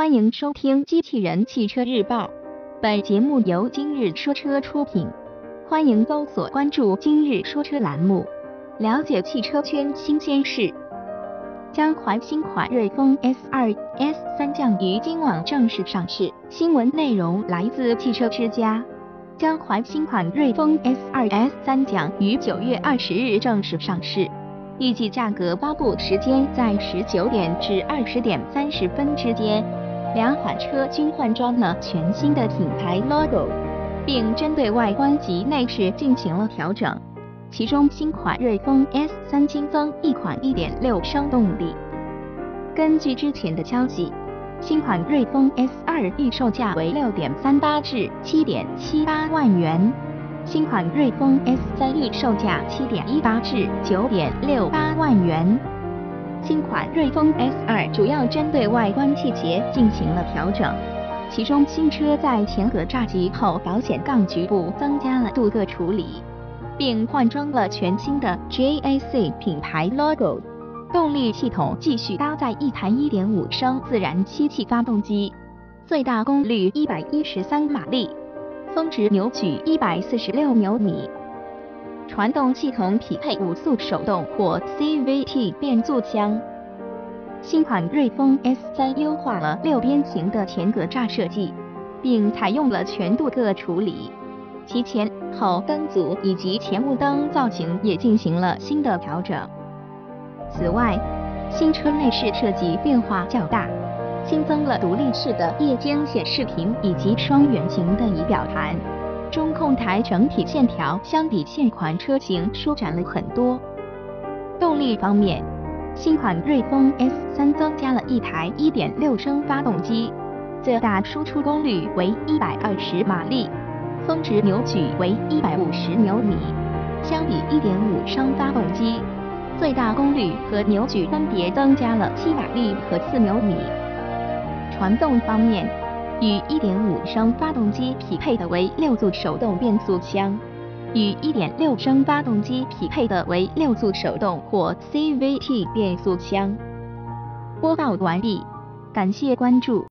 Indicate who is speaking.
Speaker 1: 欢迎收听机器人汽车日报，本节目由今日说车出品。欢迎搜索关注今日说车栏目，了解汽车圈新鲜事。江淮新款锐风 S2、S3将于今晚正式上市。新闻内容来自汽车之家。江淮新款锐风 S2、S3将于9月20日正式上市，预计价格发布时间在19点至20点30分之间。两款车均换装了全新的品牌 logo， 并针对外观及内饰进行了调整。其中新款锐风 S3 新增一款 1.6 升动力。根据之前的消息，新款锐风 S2 预售价为 6.38 至 7.78 万元，新款锐风 S3 预售价 7.18 至 9.68 万元。新款锐风 S2 主要针对外观细节进行了调整，其中新车在前格栅及后保险杠局部增加了镀铬处理，并换装了全新的 JAC 品牌 logo。动力系统继续搭载一台 1.5 升自然吸气发动机，最大功率113马力，峰值扭矩146牛米。传动系统匹配5速手动或 CVT 变速箱。新款锐风 S3 优化了6边形的前格栅设计，并采用了全镀铬处理，其前后灯组以及前雾灯造型也进行了新的调整。此外，新车内饰设计变化较大，新增了独立式的夜间显示屏以及双圆形的仪表盘。中控台整体线条相比现款车型舒展了很多。动力方面，新款锐风 S3 增加了一台 1.6 升发动机，最大输出功率为120马力，峰值扭矩为150牛米。相比 1.5 升发动机，最大功率和扭矩分别增加了7马力和4牛米。传动方面，与 1.5 升发动机匹配的为6速手动变速箱，与 1.6 升发动机匹配的为6速手动或 CVT 变速箱。播报完毕，感谢关注。